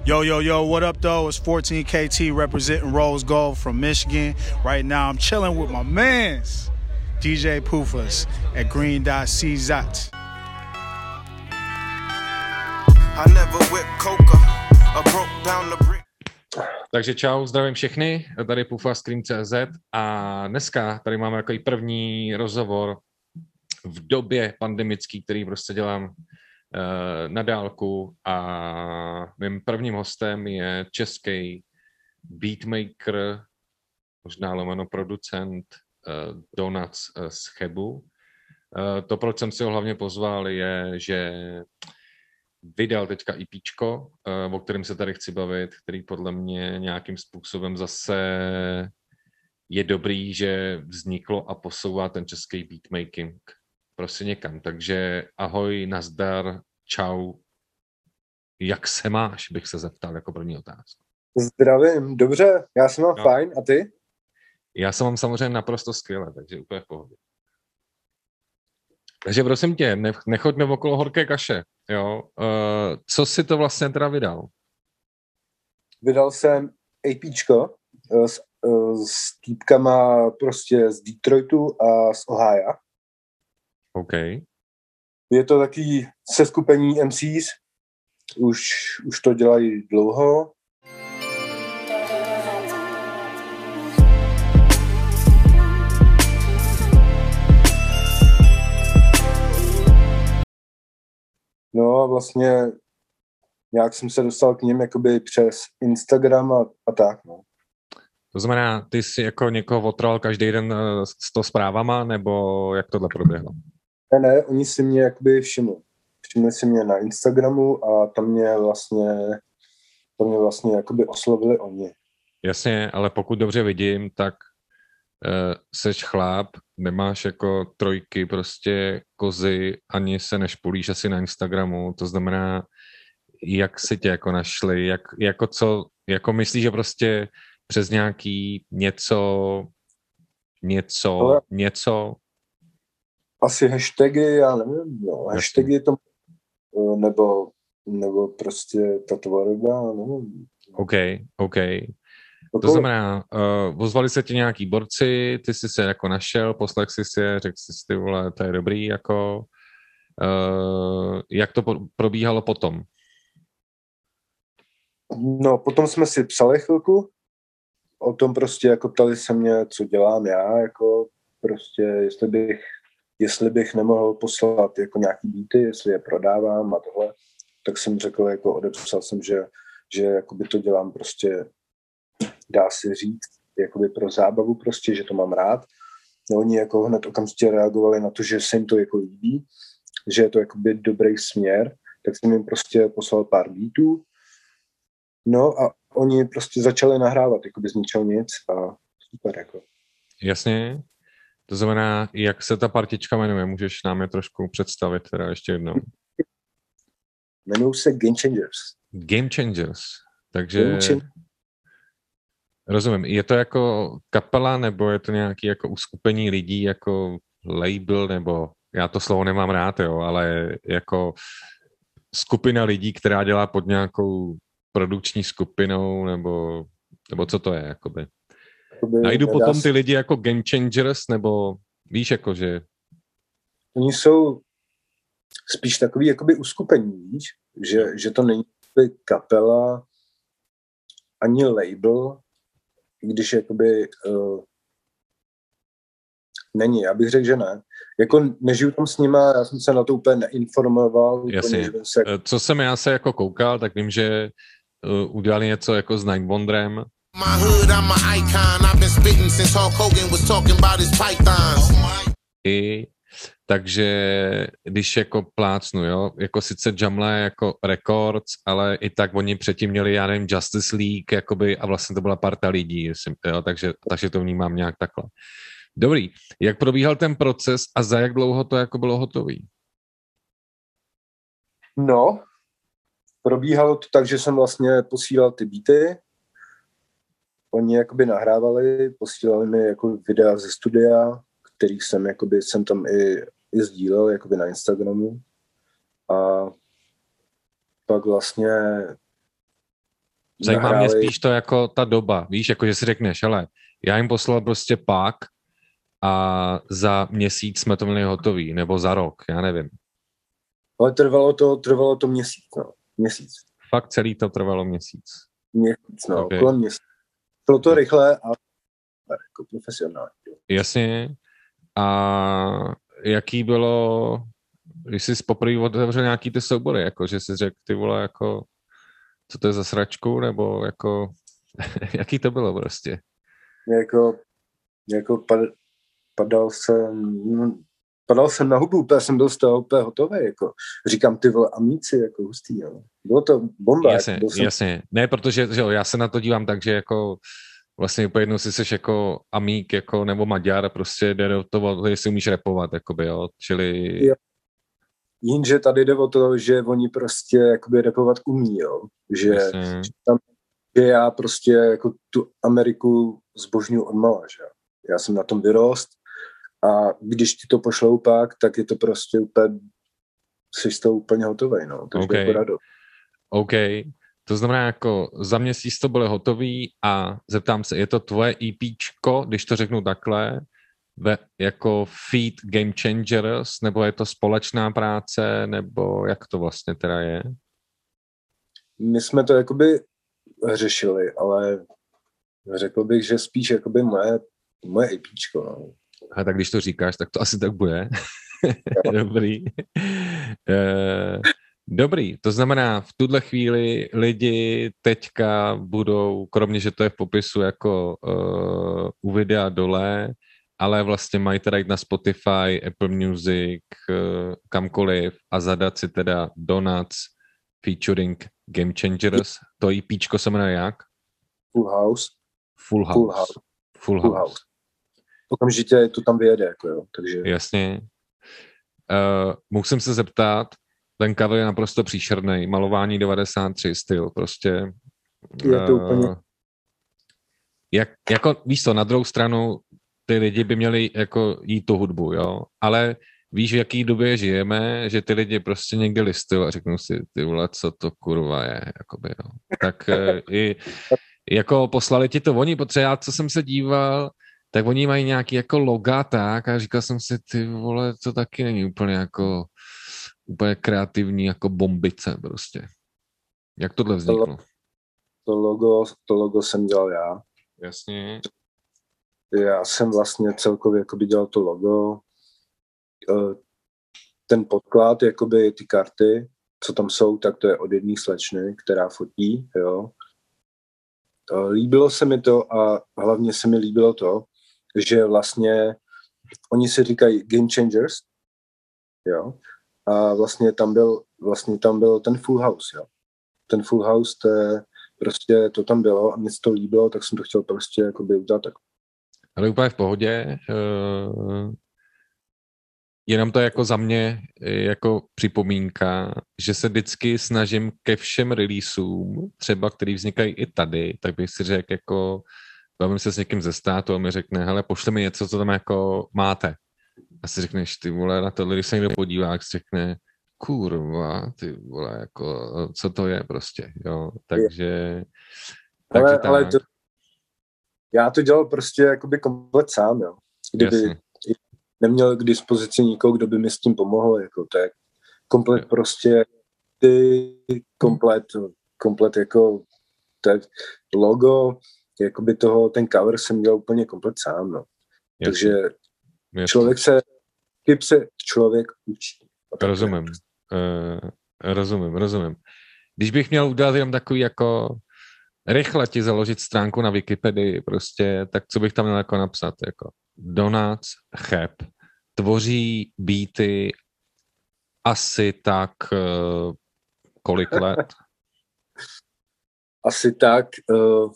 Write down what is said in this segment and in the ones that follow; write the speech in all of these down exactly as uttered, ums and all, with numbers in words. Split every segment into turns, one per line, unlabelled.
Yo, yo, yo, what up, though? It's fourteen K T representing Rose Gold from Michigan. Right now, I'm chilling with my mans, D J Pufas at Green Dot C Z A T.
I never whip coca or broke down the brick.
Takže čau, zdravím všechny, tady Pufa z Cream tečka cé zet a dneska tady máme takový první rozhovor v době pandemický, který prostě dělám uh, na dálku a mým prvním hostem je český beatmaker, možná lomeno producent uh, Donuts uh, z Chebu. Uh, to, proč jsem si ho hlavně pozval, je, že vydal teďka EPčko, o kterém se tady chci bavit, který podle mě nějakým způsobem zase je dobrý, že vzniklo a posouvá ten český beatmaking prostě někam. Takže ahoj, nazdar, čau. Jak se máš, bych se zeptal jako první otázku.
Zdravím, dobře, já jsem mám no. fajn, a ty?
Já jsem mám samozřejmě naprosto skvěle, takže úplně v pohodě. Takže prosím tě, nechoďme okolo horké kaše, jo. Uh, co jsi to vlastně teda vydal?
Vydal jsem EPčko s, s týpkama prostě z Detroitu a z Ohája.
OK.
Je to takový seskupení M Cs, už, už to dělají dlouho. No a vlastně nějak jsem se dostal k ním jakoby přes Instagram a, a tak, no.
To znamená, ty jsi jako někoho otral každý den s to zprávama, nebo jak tohle proběhlo?
Ne, ne, oni si mě jakoby všimli. Všimli si mě na Instagramu a tam mě vlastně, tam mě vlastně jakoby oslovili oni.
Jasně, ale pokud dobře vidím, tak uh, seš chlap, nemáš jako trojky, prostě kozy, ani se nešpulíš asi na Instagramu, to znamená, jak si tě jako našli, jak, jako co, jako myslíš, že prostě přes nějaký něco, něco, ale něco?
Asi hashtagy, já nevím, no, hashtagy to, nebo, nebo prostě ta tvorba, nevím.
OK, OK. To znamená, uh, ozvali se ti nějaký borci, ty jsi se jako našel, poslech jsi si je, řekl jsi si, ty vole, to je dobrý, jako, uh, jak to po- probíhalo potom?
No, potom jsme si psali chvilku, o tom prostě, jako ptali se mě, co dělám já, jako prostě, jestli bych, jestli bych nemohl poslat jako nějaký beaty, jestli je prodávám a tohle, tak jsem řekl, jako odepsal jsem, že, že jakoby to dělám prostě, dá se říct, jakoby pro zábavu prostě, že to mám rád. No, oni jako hned okamžitě reagovali na to, že se jim to jako líbí, že je to jakoby dobrý směr, tak jsem jim prostě poslal pár beatů. No a oni prostě začali nahrávat jakoby z ničeho nic a super jako.
Jasně. To znamená, jak se ta partička jmenuje, můžeš nám je trošku představit teda ještě jednou.
Jmenují se Game Changers.
Game Changers. Takže
Game Changers.
Rozumím. Je to jako kapela, nebo je to nějaký jako uskupení lidí, jako label, nebo já to slovo nemám rád, jo, ale jako skupina lidí, která dělá pod nějakou produkční skupinou, nebo, nebo co to je, jakoby. jakoby Najdu potom ty lidi jako Game Changers, nebo víš, jako, že...
Oni jsou spíš takový jakoby uskupení, víš, že, že to není kapela, ani label, i když jakoby uh, není, já bych řekl, že ne. Jako nežiju tam s nima, já jsem se na to úplně neinformoval.
Jasně. Úplně, se... Co jsem já se jako koukal, tak vím, že uh, udělali něco jako s Nine Wonderem. I takže když jako plácnu, jo, jako sice Jamla jako Records, ale i tak oni předtím měli, já nevím, Justice League, jakoby, a vlastně to byla parta lidí, jestli, jo, takže, takže to vnímám nějak takhle. Dobrý, jak probíhal ten proces a za jak dlouho to jako bylo hotový?
No, probíhalo to tak, že jsem vlastně posílal ty beaty, oni jakoby nahrávali, posílali mi jako videa ze studia, kterých jsem, jakoby, jsem tam i, i sdílel jakoby na Instagramu. A pak vlastně
Zajímá
nahráli...
mě spíš to jako ta doba, víš, jako že si řekneš, ale já jim poslal prostě pak a za měsíc jsme to měli hotový, nebo za rok, já nevím.
Ale trvalo to, trvalo to měsíc, no. Měsíc.
Fakt celý to trvalo měsíc.
Měsíc, no,
Okay.
kolem měsíc. Bylo to rychle a jako profesionálně.
Jasně. A jaký bylo, když jsi poprvé otevřel nějaký ty soubory, jako že jsi řekl, ty vole, jako, co to je za sračku, nebo jako, jaký to bylo prostě?
Jako, jako pad, padal jsem, padal jsem na hubu, úplně jsem byl z toho úplně hotový, jako. Říkám, ty vole, amíci, jako hustý, jo. Bylo to bomba.
Jasně,
jako, jsem...
jasně. Ne, protože že jo, já se na to dívám tak, že jako vlastně úplně jednou si seš jako amík, jako, nebo Maďar, prostě jde do toho, jestli umíš rapovat, jakoby, jo, čili...
Jo. Jinže tady jde o to, že oni prostě jakoby rapovat umí, jo. Že, že, tam, že já prostě jako tu Ameriku zbožňuji odmala, že jo. Já jsem na tom vyrost a když ti to pošlou pak, tak je to prostě úplně, jsi z toho úplně hotovej, no. Takže
okay.
jako rado.
OK. To znamená, jako za měsíc to bylo hotový a zeptám se, je to tvoje EPčko, když to řeknu takhle, ve, jako feat Game Changers, nebo je to společná práce, nebo jak to vlastně teda je?
My jsme to jakoby řešili, ale řekl bych, že spíš jakoby moje, moje EPčko, no.
A tak když to říkáš, tak to asi tak bude. Dobrý. Uh, Dobrý, to znamená, v tuhle chvíli lidi teďka budou, kromě, že to je v popisu jako uh, u videa dole, ale vlastně mají teda jít na Spotify, Apple Music, uh, kamkoliv a zadat si teda Donuts featuring Game Changers. To EPčko se jmenuje jak?
Full House.
Full House.
Full House.
Full
Full
house.
house. Okamžitě to tam vyjede, jako jo, takže...
Jasně. Uh, musím se zeptat, ten cover je naprosto příšerný, malování devadesát tři styl, prostě.
Je to uh, úplně...
Jak, jako, víš co, na druhou stranu ty lidi by měli jako jít tu hudbu, jo, ale víš, v jaký době žijeme, že ty lidi prostě někde listují a řeknou si, ty vole, co to kurva je, jakoby, jo. Tak uh, i jako poslali ti to oni, protože já, co jsem se díval, tak oni mají nějaký jako loga tak a říkal jsem si, ty vole, to taky není úplně jako úplně kreativní jako bombice prostě. Jak tohle vzniklo?
To logo, to logo jsem dělal já.
Jasně.
Já jsem vlastně celkově jakoby dělal to logo. Ten podklad, jakoby ty karty, co tam jsou, tak to je od jedné slečny, která fotí, jo. Líbilo se mi to a hlavně se mi líbilo to, že vlastně oni se říkají Game Changers, jo. A vlastně tam byl, vlastně tam byl ten Full House, jo. Ten Full House, to je, prostě to tam bylo a mě se to líbilo, tak jsem to chtěl prostě jakoby udělat tak.
Ale úplně v pohodě. Uh, jenom to jako za mě jako připomínka, že se vždycky snažím ke všem releaseům, třeba který vznikají i tady, tak bych si řekl jako, bavím se s někým ze státu a mi řekne, hele, pošli mi něco, co tam jako máte. A si řekneš, ty vole, na tohle, když se někdo podívá, jak si řekne, kurva, ty vole, jako, co to je prostě, jo, takže...
Ale,
takže tak.
ale to, já to dělal prostě jakoby komplet sám, jo. Kdyby Jasně. neměl k dispozici nikoho, kdo by mi s tím pomohl, jako tak komplet jo. prostě ty, komplet, komplet jako tak logo, jakoby toho, ten cover jsem dělal úplně komplet sám, no. Jasně. Takže Jasně. člověk se, chyb se člověk učí.
Rozumím, uh, rozumím, rozumím. Když bych měl udělat jenom takový jako rychle ti založit stránku na Wikipedii prostě, tak co bych tam měl jako napsat, jako Donuts Cheb tvoří beaty asi tak uh, kolik let?
Asi tak uh,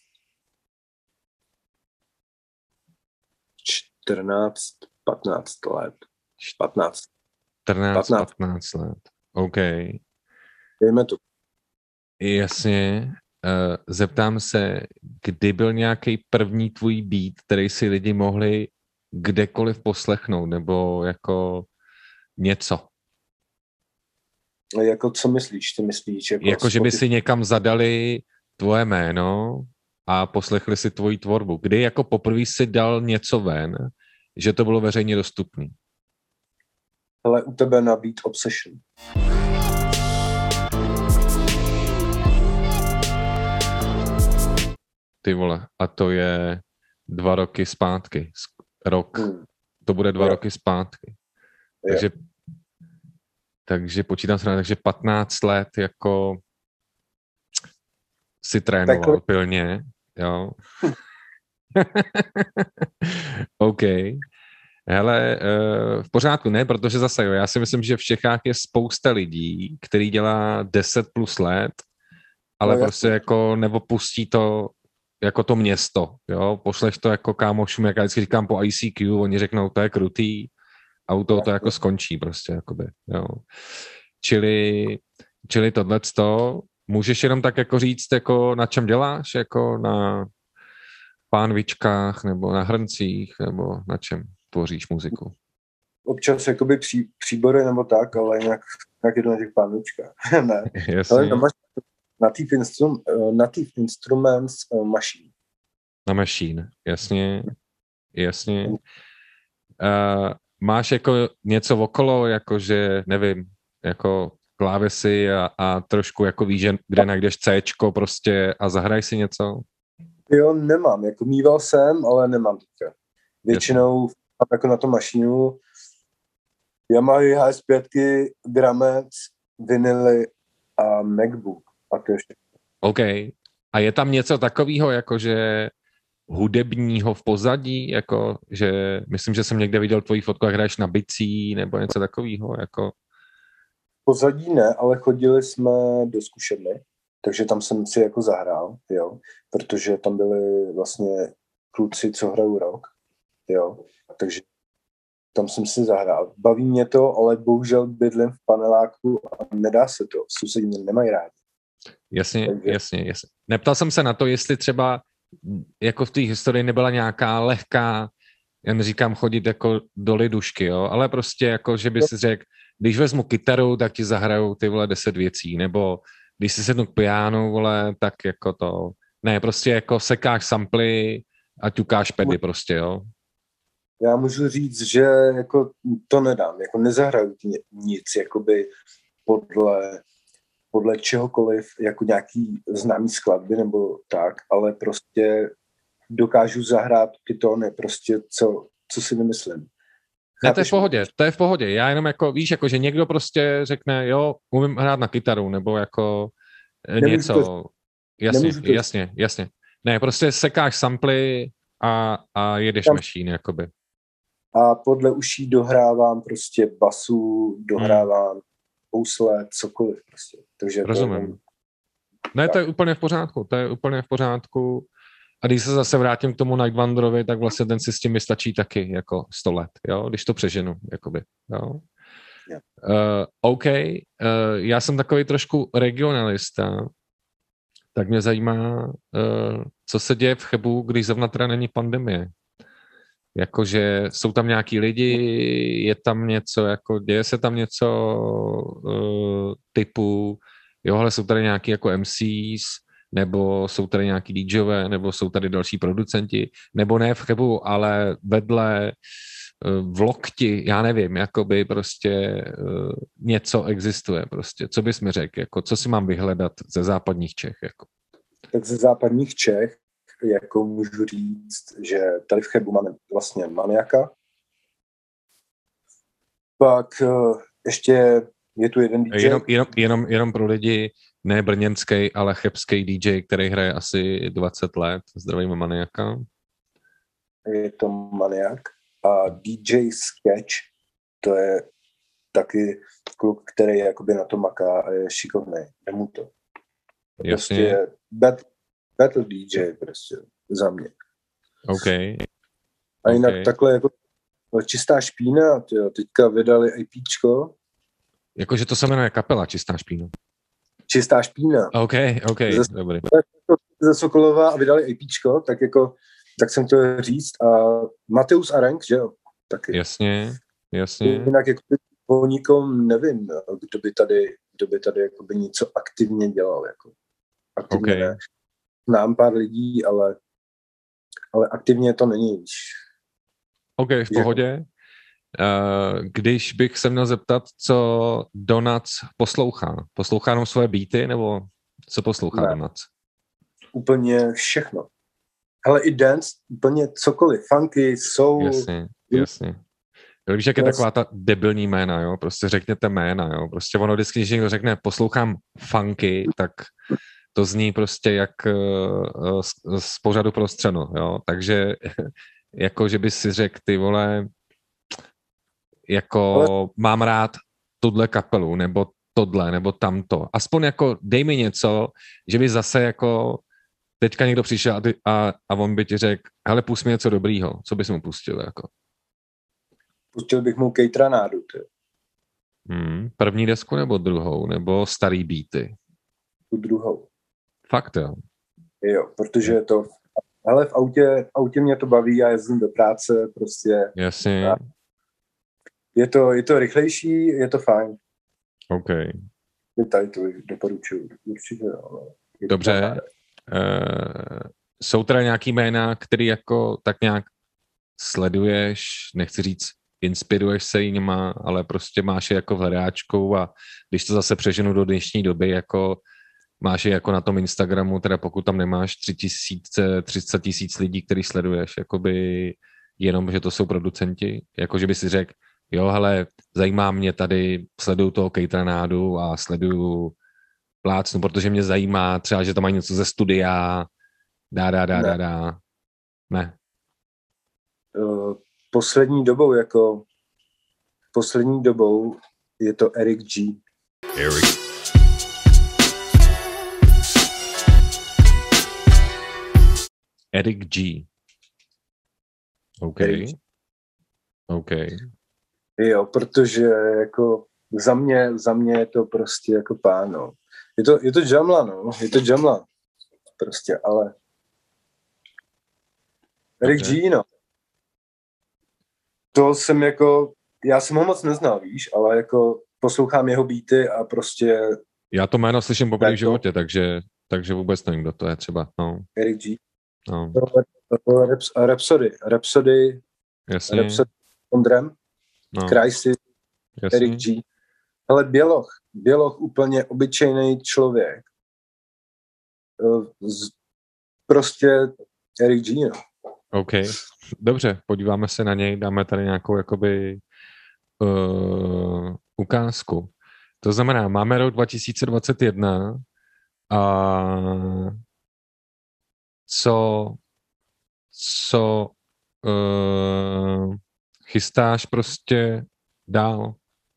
čtrnáct, patnáct let. patnáct.
čtrnáct, patnáct let. OK.
Dejme to.
Jasně. Uh, zeptám se, kdy byl nějaký první tvůj beat, který si lidi mohli kdekoliv poslechnout, nebo jako něco?
Jako co myslíš? Ty myslíš? Jako,
jako že by si někam zadali tvoje jméno a poslechli si tvoji tvorbu? Kdy jako poprvé si dal něco ven, že to bylo veřejně dostupný?
Ale u tebe na Beat Obsession.
Ty vole, a to je dva roky zpátky. Rok.
Hmm.
To bude dva
Jo.
roky zpátky.
Jo.
Takže, takže počítám se, takže patnáct let jako si trénoval
Takhle.
pilně, jo. OK. Hele, uh, v pořádku, ne, protože zase jo, já si myslím, že v Čechách je spousta lidí, který dělá deset plus let, ale
No,
prostě
jasně.
jako neopustí to jako to město, jo, pošleš to jako kámošům, jak já vždycky říkám po I C Q, oni řeknou, to je krutý, a u toho to jako skončí prostě, jakoby, jo. Čili, čili tohleto, můžeš jenom tak jako říct, jako na čem děláš, jako na pánvičkách, nebo na hrncích, nebo na čem tvoříš muziku?
Občas jakoby pří, příbory nebo tak, ale nějak, nějak je to na těch pánvičkách. Ne.
Jasně.
Ale na, maš- native, instrum, uh, native Instruments uh, Machine.
Na Machine, jasně, jasně. Uh, máš jako něco okolo, jakože, nevím, jako klávesy a, a trošku jako víš, že kde najdeš Cčko prostě a zahraj si něco?
Jo, nemám, jako mýval jsem, ale nemám teďka. Většinou mám jako na to mašinu Yamaha H S pět, Gramec, vinily a MacBook. A to ještě.
OK. A je tam něco takového, jakože hudebního v pozadí, jako, že myslím, že jsem někde viděl tvoji fotku, jak hraješ na bicí, nebo něco takového, jako...
Pozadí ne, ale chodili jsme do zkušebny, takže tam jsem si jako zahrál, jo, protože tam byli vlastně kluci, co hrajou rock, jo, takže tam jsem si zahrál. Baví mě to, ale bohužel bydlím v paneláku a nedá se to, sousedi mě nemají rádi.
Jasně,
takže...
jasně, jasně. Neptal jsem se na to, jestli třeba jako v té historii nebyla nějaká lehká, já neříkám chodit jako do lidušky, jo, ale prostě jako, že by si řekl, když vezmu kytaru, tak ti zahrajou ty vole deset věcí, nebo když si sednu k pianu, vole, tak jako to, ne, prostě jako sekáš samply a ťukáš pedy prostě, jo.
Já můžu říct, že jako to nedám, jako nezahraju nic, jakoby podle, podle čehokoliv, jako nějaký známý skladby nebo tak, ale prostě dokážu zahrát ty tóny, prostě co, co si nemyslím.
Ne, to je v pohodě, to je v pohodě. Já jenom jako, víš, jako, že někdo prostě řekne, jo, umím hrát na kytaru, nebo jako
Nemůžu
něco.
To...
Jasně,
to...
jasně, jasně. Ne, prostě sekáš samply a, a jedeš Tam... machine, jakoby.
A podle uší dohrávám prostě basu, dohrávám hmm. housle, cokoliv prostě. Takže
rozumím.
To...
Ne, to je úplně v pořádku, to je úplně v pořádku. A když se zase vrátím k tomu Night Wanderovi, tak vlastně ten si s tím vystačí taky jako sto let, jo, když to přeženu, jakoby, jo.
Yeah.
Uh, OK, uh, já jsem takový trošku regionalista, tak mě zajímá, uh, co se děje v Chebu, když zrovna teda není pandemie. Jakože jsou tam nějaký lidi, je tam něco, jako děje se tam něco uh, typu, jo, ale jsou tady nějaký jako M Cs, nebo jsou tady nějaký DJové, nebo jsou tady další producenti, nebo ne v Chebu, ale vedle v Lokti, já nevím, jakoby prostě uh, něco existuje prostě. Co bys mi řekl, jako, co si mám vyhledat ze západních Čech? Jako?
Tak ze západních Čech jako můžu říct, že tady v Chebu máme vlastně Maniaka. Pak uh, ještě je tu jeden D J.
Jenom, jenom, jenom, jenom pro lidi, ne brněnský, ale chebský D J, který hraje asi dvacet let. Zdravíme Maniaka.
Je to Maniak. A D J Sketch, to je taky kluk, který jakoby na to maká a je šikovný. Je mu to.
Jasně.
Prostě bat, battle D J prostě za mě.
OK.
A jinak
okay.
takhle jako Čistá špína, tyjo, teďka vydali EPčko.
Jakože to se jmenuje kapela Čistá špína.
Čistá špína.
OK, OK,
ze,
dobrý.
Ze Sokolova a vydali EPčko, tak jako, tak jsem to říct. A Mateus Arenk, že jo? Taky.
Jasně, jasně.
Jinak jako o nikom nevím, kdo by tady, kdo by tady jakoby něco aktivně dělal. Jako. Aktivně
okay.
ne. znám pár lidí, ale, ale aktivně to není, víš.
OK, v pohodě. Uh, když bych se měl zeptat, co Donuts poslouchá? Poslouchá jenom svoje beaty, nebo co poslouchá
Ne.
Donuts?
Úplně všechno. Ale i dance, úplně cokoliv. Funky, soul.
Jasně, jasně. Víš, jak je
Jasně.
taková ta debilní jména, jo? Prostě řekněte jména, jo? Prostě ono vždycky, když někdo řekne poslouchám funky, tak to zní prostě jak uh, z, z pořadu pro střenu, jo? Takže jako, že by si řekl, ty vole, jako
Ale...
mám rád tuhle kapelu, nebo tohle, nebo tamto. Aspoň jako dej mi něco, že by zase jako teďka někdo přišel a, ty, a, a on by ti řekl, hele, pust mi něco dobrýho. Co bys mu pustil, jako?
Pustil bych mu Kejtranádu, ty.
Hmm, první desku nebo druhou? Nebo starý beaty?
Tu druhou.
Fakt, jo?
Jo, protože je to... Ale v autě, v autě mě to baví, já jezdím do práce, prostě...
Jasně.
Je to, je to rychlejší, je to fajn.
OK.
Tady to doporučuji, určitě. Ale
dobře. Uh, jsou teda nějaký jména, který jako tak nějak sleduješ, nechci říct, inspiruješ se jima, ale prostě máš je jako v hledáčku a když to zase přeženu do dnešní doby, jako máš je jako na tom Instagramu, teda pokud tam nemáš tři tisíce, tři sta tisíc lidí, který sleduješ, jakoby jenom, že to jsou producenti, jako že by si řekl, jo, hele, zajímá mě tady, sleduju toho Kejtranádu a sleduju plácnu, protože mě zajímá třeba, že to mají něco ze studia, dá, dá, dá, dá, dá. Ne.
Uh, poslední dobou, jako poslední dobou je to Eric G.
Eric. Eric G. OK.
Eric.
OK.
Jo, protože jako za mě, za mě je to prostě jako pán, no. Je to, je to Jamla, no. Je to Jamla. Prostě, ale Eric
Dobře.
G, no. To jsem jako, já jsem ho moc neznal, víš, ale jako poslouchám jeho beaty a prostě...
Já to jméno slyším poprvé v
to...
životě, takže, takže vůbec nevím, kdo to je třeba. No.
Eric G.
No.
Raps, Rhapsody. Rhapsody.
Jasně.
Rhapsody. Ondrem.
No.
Crisis.
Jasně.
Eric G. Ale Běloch. Běloch úplně obyčejný člověk. Prostě Eric G, no.
OK. Dobře, podíváme se na něj, dáme tady nějakou jakoby uh, ukázku. To znamená, máme rok dva tisíce dvacet jedna a co, co uh, chystáš prostě dál?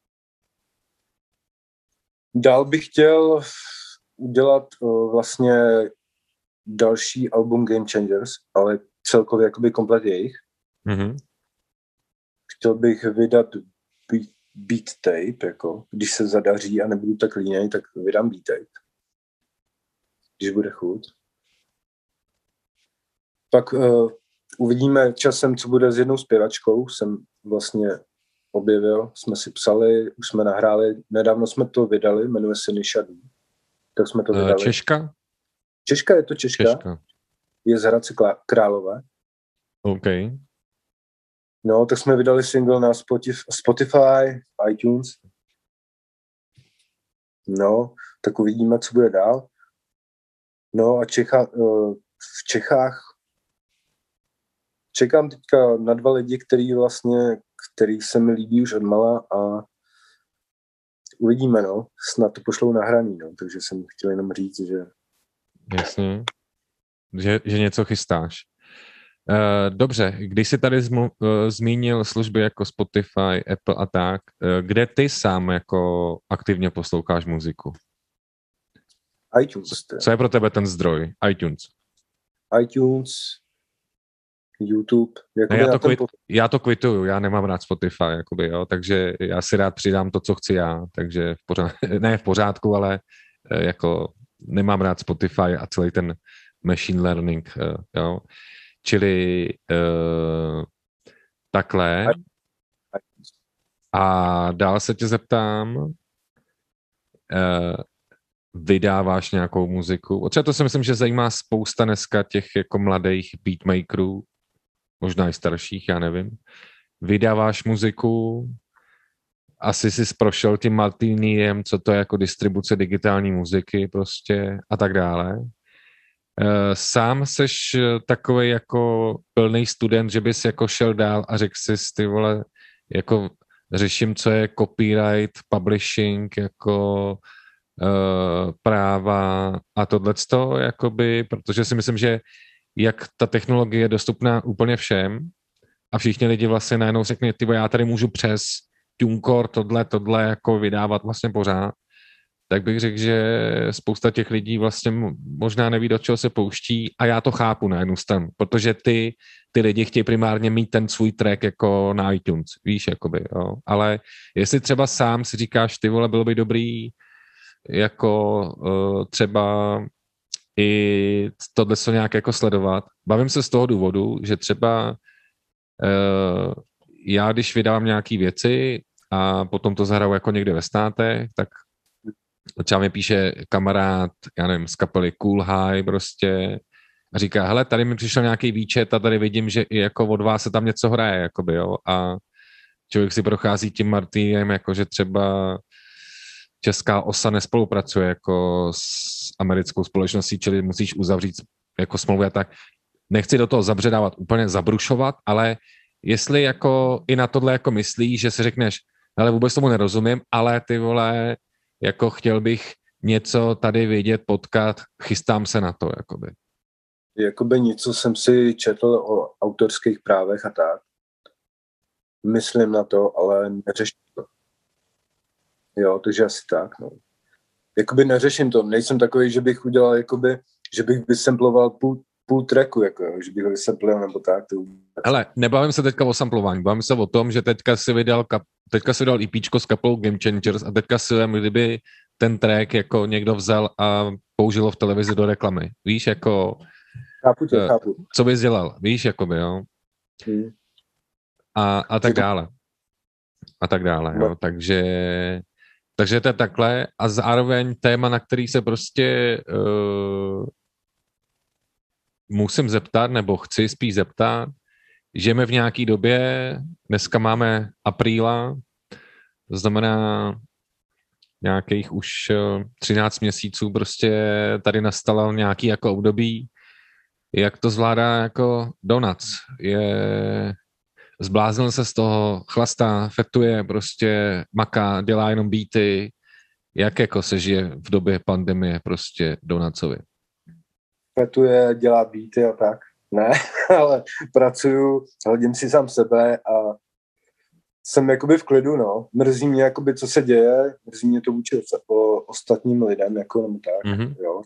Dál bych chtěl udělat uh, vlastně další album Game Changers, ale celkově jakoby komplet jejich.
Mm-hmm.
Chtěl bych vydat beat, beat tape, jako, když se zadaří a nebudu tak línej, tak vydám beat tape. Když bude chuť. Pak uh, uvidíme časem, co bude s jednou zpěvačkou. Jsem vlastně objevil, jsme si psali, už jsme nahráli, nedávno jsme to vydali, jmenuje se Nisha D. Tak jsme to vydali.
Češka?
Češka, je to Češka.
Češka.
Je z Hradce Králové.
OK.
No, tak jsme vydali single na Spotify, iTunes. No, tak uvidíme, co bude dál. No a Čecha, v Čechách čekám teďka na dva lidi, který vlastně, který se mi líbí už odmala a uvidíme, no. Snad to pošlou nahraný, no. Takže jsem chtěl jenom říct, že...
Jasně. Že, že něco chystáš. Uh, dobře, když jsi tady zmu, uh, zmínil služby jako Spotify, Apple a tak, uh, kde ty sám jako aktivně posloucháš muziku?
iTunes.
Co je pro tebe ten zdroj? iTunes.
iTunes, YouTube.
Ne, já, to kvit, po... já to kvituju, já nemám rád Spotify, jakoby, jo, takže já si rád přidám to, co chci já, takže v pořád, ne v pořádku, ale uh, jako nemám rád Spotify a celý ten machine learning, uh, jo. Čili uh, takhle. A dál se tě zeptám, uh, vydáváš nějakou muziku. Třeba to si myslím, že zajímá spousta dneska těch jako mladých beatmakerů, možná i starších, já nevím. Vydáváš muziku, asi jsi prošel tím Martiniem, co to je jako distribuce digitální muziky prostě a tak dále. Sám seš takovej jako plný student, že bys jako šel dál a řekl si, ty vole, jako řeším, co je copyright, publishing, jako uh, práva a tohleto, jakoby, protože si myslím, že jak ta technologie je dostupná úplně všem a všichni lidi vlastně najednou řekne, ty já tady můžu přes TuneCore tohle, tohle jako vydávat vlastně pořád, tak bych řekl, že spousta těch lidí vlastně možná neví, do čeho se pouští a já to chápu na jednu stranu, protože ty, ty lidi chtějí primárně mít ten svůj track jako na iTunes, víš, jakoby, jo. Ale jestli třeba sám si říkáš, ty vole, bylo by dobrý jako uh, třeba i tohle se nějak jako sledovat. Bavím se z toho důvodu, že třeba uh, já, když vydávám nějaký věci a potom to zahraju jako někde ve státech, tak třeba mi píše kamarád, já nevím, z kapely Cool High prostě a říká, hele, tady mi přišel nějaký výčet a tady vidím, že i jako od vás se tam něco hraje, jakoby, jo, a člověk si prochází tím Martinem, jako že třeba česká osa nespolupracuje jako s americkou společností, čili musíš uzavřít jako smlouvy a tak. Nechci do toho zabředávat, úplně zabrušovat, ale jestli jako i na tohle jako myslíš, že si řekneš, ale vůbec tomu nerozumím, ale ty vole, jako chtěl bych něco tady vědět, potkat, chystám se na to, jakoby.
Jakoby něco jsem si četl o autorských právech a tak. Myslím na to, ale neřeším to. Jo, takže asi tak, no. Jakoby neřeším to, nejsem takový, že bych udělal, jakoby, že bych vysamploval půl, půl tracku, jako, že bych ho vysamploval nebo tak. To...
Hele, nebavím se teďka o samplování, bavím se o tom, že teďka si vydal, kap, teďka si vydal EPčko s kapelou Game Changers a teďka si vem, kdyby ten track jako někdo vzal a použil v televizi do reklamy. Víš, jako...
Chápu tě, chápu.
Co bys dělal, víš, jakoby, jo? Hmm. A, a tak dále. A tak dále, jo, takže... Takže to je takhle a zároveň téma, na který se prostě uh, musím zeptat, nebo chci spíš zeptat, žijeme v nějaký době, dneska máme apríla, to znamená nějakých už uh, třináct měsíců prostě tady nastalo nějaký jako období, jak to zvládá jako Donuts. Je... Zbláznil se z toho, chlastá, fetuje, prostě maká, dělá jenom beaty. Jak jako se žije v době pandemie prostě Donutsovi?
Fetuje, dělá beaty a tak. Ne, ale pracuju, hodím si sám sebe a jsem jakoby v klidu, no. Mrzí mě jakoby, co se děje, mrzí mě to vůči o ostatním lidem, jako nebo tak, mm-hmm. jo.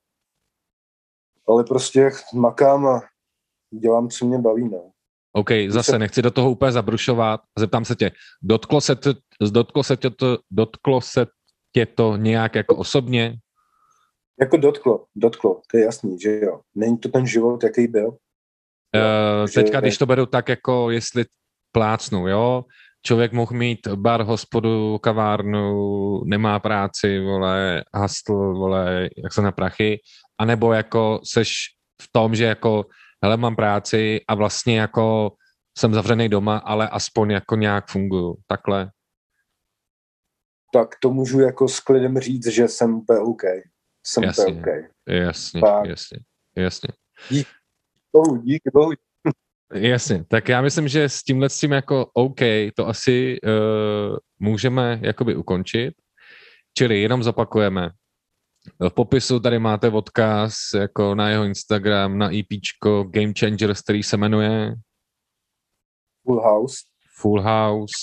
Ale prostě makám a dělám, co mě baví, no.
OK, zase nechci do toho úplně zabrušovat. Zeptám se tě, dotklo se, to, dotklo se, tě, to, dotklo se tě to nějak jako osobně?
Jako dotklo, dotklo, to je jasný, že jo. Není to ten život, jaký byl.
Uh, teďka, když to beru tak, jako jestli plácnu, jo, člověk mohl mít bar, hospodu, kavárnu, nemá práci, vole, hustl, vole, jak se na prachy, anebo jako seš v tom, že jako hele, mám práci a vlastně jako jsem zavřený doma, ale aspoň jako nějak funguju. Takhle.
Tak to můžu jako s klidem říct, že jsem úplně OK. Jsem
jasně,
úplně OK.
Jasně,
tak.
jasně, jasně.
Díky bohu, díky bohu.
Jasně, tak já myslím, že s tímhle s tím jako OK, to asi uh, můžeme jakoby ukončit. Čili jenom zopakujeme. V popisu tady máte odkaz jako na jeho Instagram, na EPčko Game Changers, který se jmenuje
Full House.
Full House.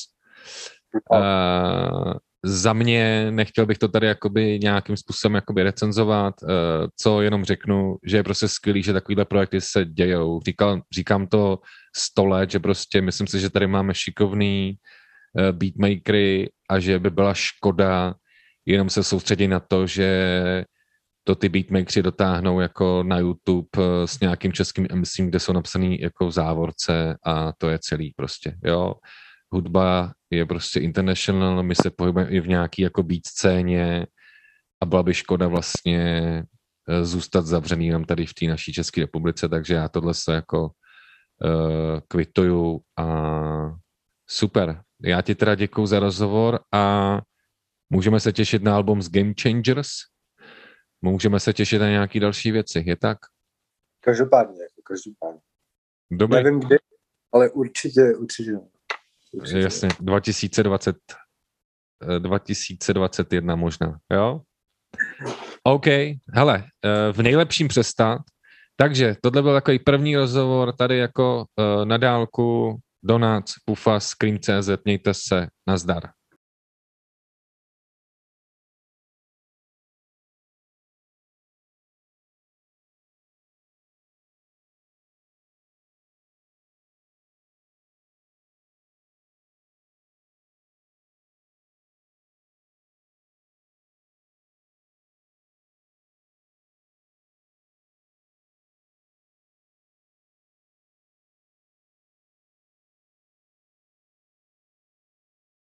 Uh, za mě nechtěl bych to tady jakoby nějakým způsobem jakoby recenzovat, uh, co jenom řeknu, že je prostě skvělý, že takovýhle projekty se dějou. Říkal, říkám to sto let, že prostě myslím si, že tady máme šikovný uh, beatmakery a že by byla škoda jenom se soustředí na to, že to ty beatmakeri dotáhnou jako na YouTube s nějakým českým em cé, kde jsou napsaný jako v závorce a to je celý prostě, jo. Hudba je prostě international, my se pohybujeme i v nějaký jako beat scéně a byla by škoda vlastně zůstat zavřený jenom tady v té naší České republice, takže já tohle se jako uh, kvituju a super. Já ti teda děkuju za rozhovor a můžeme se těšit na album z Game Changers. Můžeme se těšit na nějaké další věci, je tak?
Každopádně, jako každopádně.
Dobrý.
Nevím kdy, ale určitě, určitě. určitě.
Jasně, dva tisíce dvacet, dva tisíce dvacet jedna možná, jo? OK, hele, v nejlepším přestat. Takže tohle byl takový první rozhovor tady jako na dálku. Donac, Pufa, Scream tečka cé zet, mějte se, nazdar.